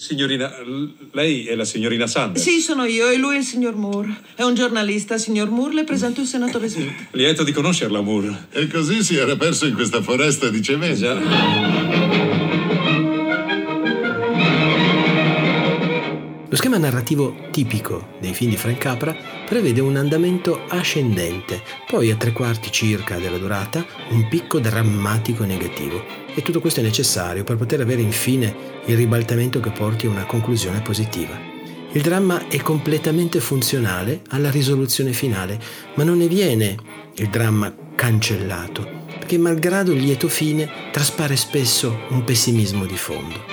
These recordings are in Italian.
Signorina, lei è la signorina Sanders? Sì, sono io e lui è il signor Moore. È un giornalista, signor Moore. Le presento il senatore Smith. Lieto di conoscerla, Moore. E così si era perso in questa foresta di cemento. Già. Lo schema narrativo tipico dei film di Frank Capra prevede un andamento ascendente, poi a 3/4 circa della durata un picco drammatico negativo. E tutto questo è necessario per poter avere infine il ribaltamento che porti a una conclusione positiva. Il dramma è completamente funzionale alla risoluzione finale, ma non ne viene il dramma cancellato, perché malgrado il lieto fine traspare spesso un pessimismo di fondo.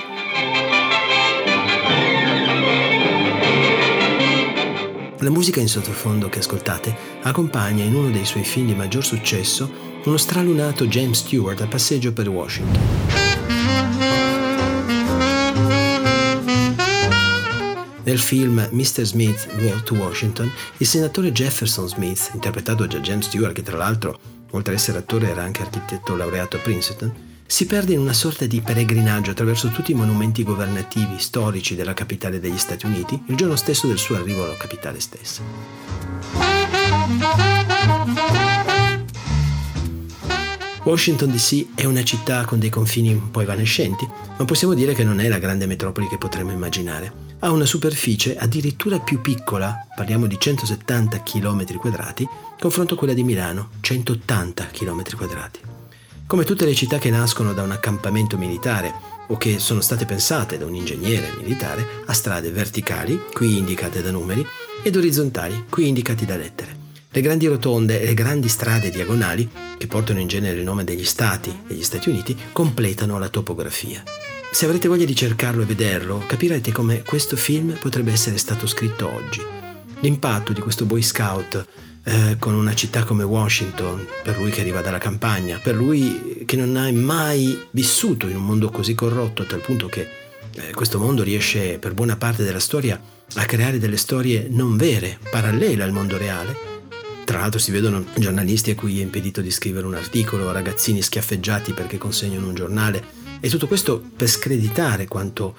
La musica in sottofondo che ascoltate accompagna in uno dei suoi film di maggior successo uno stralunato James Stewart a passeggio per Washington. Nel film Mr. Smith Walk to Washington, il senatore Jefferson Smith, interpretato da James Stewart, che tra l'altro, oltre ad essere attore, era anche architetto laureato a Princeton, si perde in una sorta di peregrinaggio attraverso tutti i monumenti governativi storici della capitale degli Stati Uniti il giorno stesso del suo arrivo alla capitale stessa. Washington DC è una città con dei confini un po' evanescenti, ma possiamo dire che non è la grande metropoli che potremmo immaginare. Ha una superficie addirittura più piccola, parliamo di 170 km², confronto a quella di Milano, 180 km². Come tutte le città che nascono da un accampamento militare o che sono state pensate da un ingegnere militare, ha strade verticali, qui indicate da numeri, ed orizzontali, qui indicati da lettere. Le grandi rotonde e le grandi strade diagonali, che portano in genere il nome degli stati degli Stati Uniti, completano la topografia. Se avrete voglia di cercarlo e vederlo, capirete come questo film potrebbe essere stato scritto oggi. L'impatto di questo Boy Scout con una città come Washington, per lui che arriva dalla campagna, per lui che non ha mai vissuto in un mondo così corrotto, a tal punto che questo mondo riesce per buona parte della storia a creare delle storie non vere, parallele al mondo reale. Tra l'altro si vedono giornalisti a cui è impedito di scrivere un articolo, ragazzini schiaffeggiati perché consegnano un giornale, e tutto questo per screditare quanto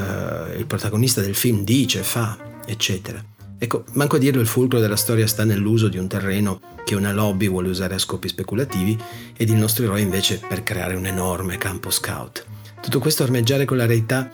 il protagonista del film dice, fa, eccetera. Ecco, manco a dirlo, il fulcro della storia sta nell'uso di un terreno che una lobby vuole usare a scopi speculativi ed il nostro eroe invece per creare un enorme campo scout. Tutto questo armeggiare con la realtà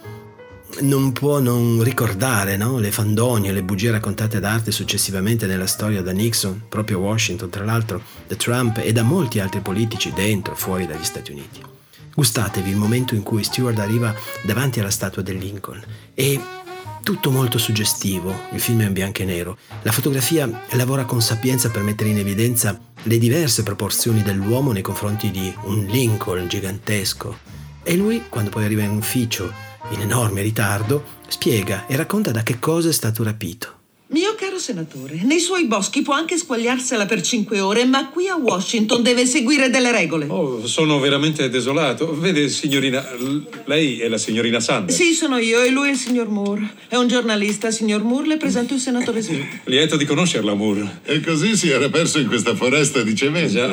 non può non ricordare, no? Le fandonie, le bugie raccontate ad arte successivamente nella storia da Nixon, proprio a Washington tra l'altro, da Trump e da molti altri politici dentro e fuori dagli Stati Uniti. Gustatevi il momento in cui Stewart arriva davanti alla statua del Lincoln e tutto molto suggestivo, il film è in bianco e nero, la fotografia lavora con sapienza per mettere in evidenza le diverse proporzioni dell'uomo nei confronti di un Lincoln gigantesco, e lui, quando poi arriva in ufficio in enorme ritardo, spiega e racconta da che cosa è stato rapito. Mio caro senatore, nei suoi boschi può anche squagliarsela per 5 ore, ma qui a Washington deve seguire delle regole. Oh, sono veramente desolato. Vede, signorina, lei è la signorina Sanders? Sì, sono io e lui è il signor Moore. È un giornalista, signor Moore. Le presento il senatore Smith. Lieto di conoscerla, Moore. E così si era perso in questa foresta di cemento. Già.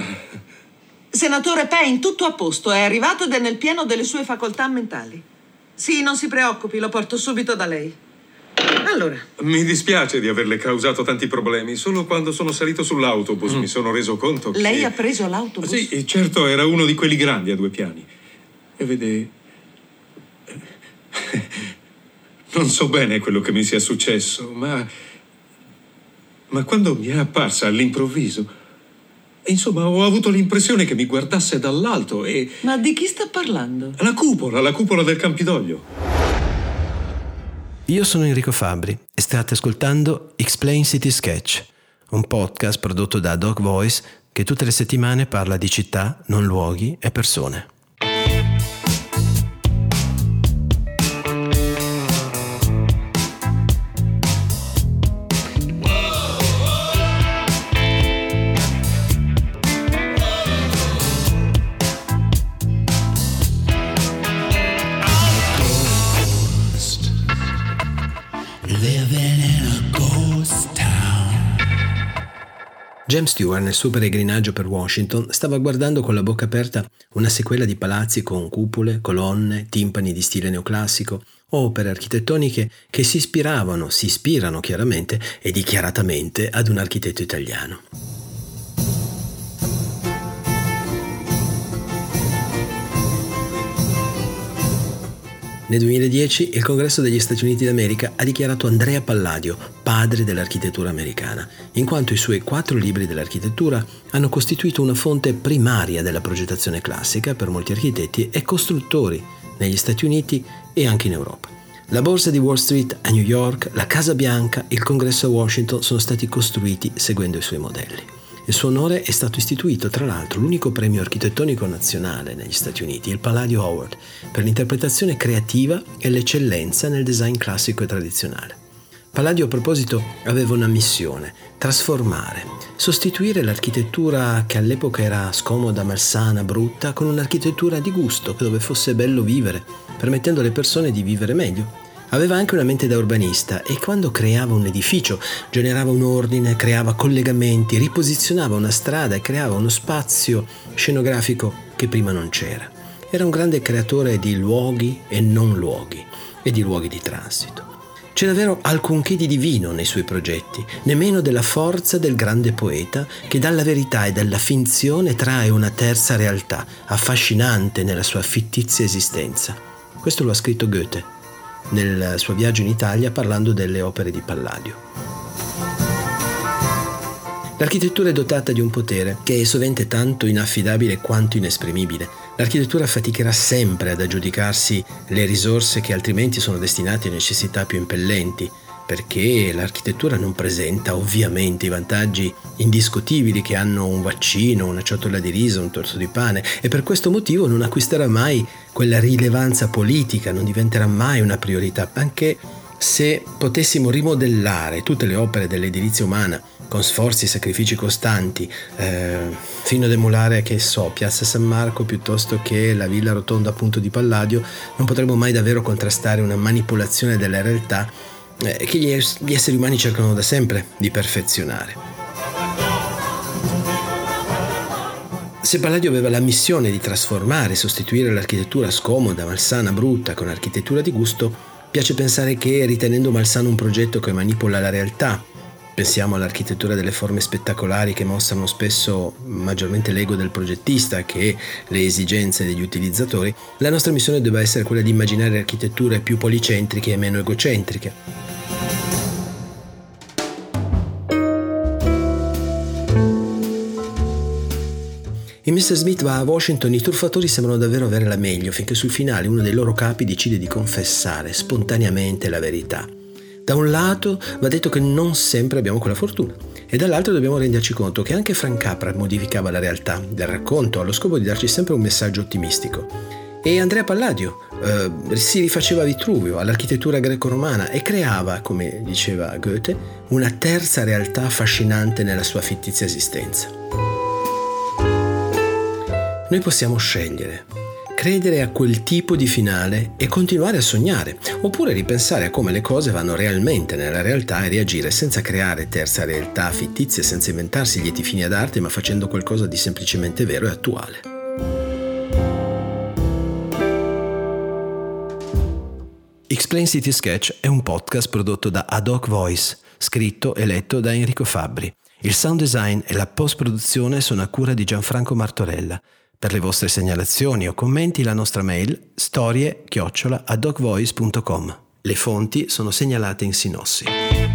Senatore Payne, tutto a posto. È arrivato ed è nel pieno delle sue facoltà mentali. Sì, non si preoccupi, lo porto subito da lei. Allora. Mi dispiace di averle causato tanti problemi. Solo quando sono salito sull'autobus mi sono reso conto che... Lei ha preso l'autobus? Sì, certo, era uno di quelli grandi a 2 piani. E vede... Non so bene quello che mi sia successo, ma quando mi è apparsa all'improvviso... Insomma, ho avuto l'impressione che mi guardasse dall'alto e... Ma di chi sta parlando? La cupola del Campidoglio. Io sono Enrico Fabbri e state ascoltando Explain City Sketch, un podcast prodotto da Dog Voice che tutte le settimane parla di città, non luoghi e persone. James Stewart, nel suo peregrinaggio per Washington, stava guardando con la bocca aperta una sequela di palazzi con cupole, colonne, timpani di stile neoclassico, opere architettoniche che si ispirano chiaramente e dichiaratamente ad un architetto italiano. Nel 2010 il Congresso degli Stati Uniti d'America ha dichiarato Andrea Palladio padre dell'architettura americana, in quanto i suoi 4 libri dell'architettura hanno costituito una fonte primaria della progettazione classica per molti architetti e costruttori negli Stati Uniti e anche in Europa. La Borsa di Wall Street a New York, la Casa Bianca, il Congresso a Washington sono stati costruiti seguendo i suoi modelli. In suo onore è stato istituito, tra l'altro, l'unico premio architettonico nazionale negli Stati Uniti, il Palladio Award, per l'interpretazione creativa e l'eccellenza nel design classico e tradizionale. Palladio, a proposito, aveva una missione: trasformare, sostituire l'architettura che all'epoca era scomoda, malsana, brutta, con un'architettura di gusto, dove fosse bello vivere, permettendo alle persone di vivere meglio. Aveva anche una mente da urbanista e quando creava un edificio generava un ordine, creava collegamenti, riposizionava una strada e creava uno spazio scenografico che prima non c'era. Era un grande creatore di luoghi e non luoghi e di luoghi di transito. C'è davvero alcunché di divino nei suoi progetti, nemmeno della forza del grande poeta che dalla verità e dalla finzione trae una terza realtà, affascinante nella sua fittizia esistenza. Questo lo ha scritto Goethe nel suo viaggio in Italia parlando delle opere di Palladio. L'architettura è dotata di un potere che è sovente tanto inaffidabile quanto inesprimibile. L'architettura faticherà sempre ad aggiudicarsi le risorse che altrimenti sono destinate a necessità più impellenti, perché l'architettura non presenta ovviamente i vantaggi indiscutibili che hanno un vaccino, una ciotola di riso, un torso di pane, e per questo motivo non acquisterà mai quella rilevanza politica, non diventerà mai una priorità, anche se potessimo rimodellare tutte le opere dell'edilizia umana con sforzi e sacrifici costanti, fino ad emulare, Piazza San Marco piuttosto che la Villa Rotonda appunto di Palladio, non potremo mai davvero contrastare una manipolazione della realtà che gli esseri umani cercano da sempre di perfezionare. Se Palladio aveva la missione di trasformare e sostituire l'architettura scomoda, malsana, brutta con architettura di gusto, piace pensare che, ritenendo malsano un progetto che manipola la realtà, pensiamo all'architettura delle forme spettacolari che mostrano spesso maggiormente l'ego del progettista che le esigenze degli utilizzatori, la nostra missione deve essere quella di immaginare architetture più policentriche e meno egocentriche. In Mr. Smith va a Washington i truffatori sembrano davvero avere la meglio, finché sul finale uno dei loro capi decide di confessare spontaneamente la verità. Da un lato va detto che non sempre abbiamo quella fortuna, e dall'altro dobbiamo renderci conto che anche Frank Capra modificava la realtà del racconto allo scopo di darci sempre un messaggio ottimistico. E Andrea Palladio si rifaceva a Vitruvio, all'architettura greco-romana, e creava, come diceva Goethe, una terza realtà affascinante nella sua fittizia esistenza. Noi possiamo scegliere, credere a quel tipo di finale e continuare a sognare, oppure ripensare a come le cose vanno realmente nella realtà e reagire senza creare terza realtà fittizie, senza inventarsi lieti fini ad arte, ma facendo qualcosa di semplicemente vero e attuale. Explain City Sketch è un podcast prodotto da Ad Hoc Voice, scritto e letto da Enrico Fabbri. Il sound design e la post-produzione sono a cura di Gianfranco Martorella. Per le vostre segnalazioni o commenti la nostra mail storie@adhocvoice.com. Le fonti sono segnalate in sinossi.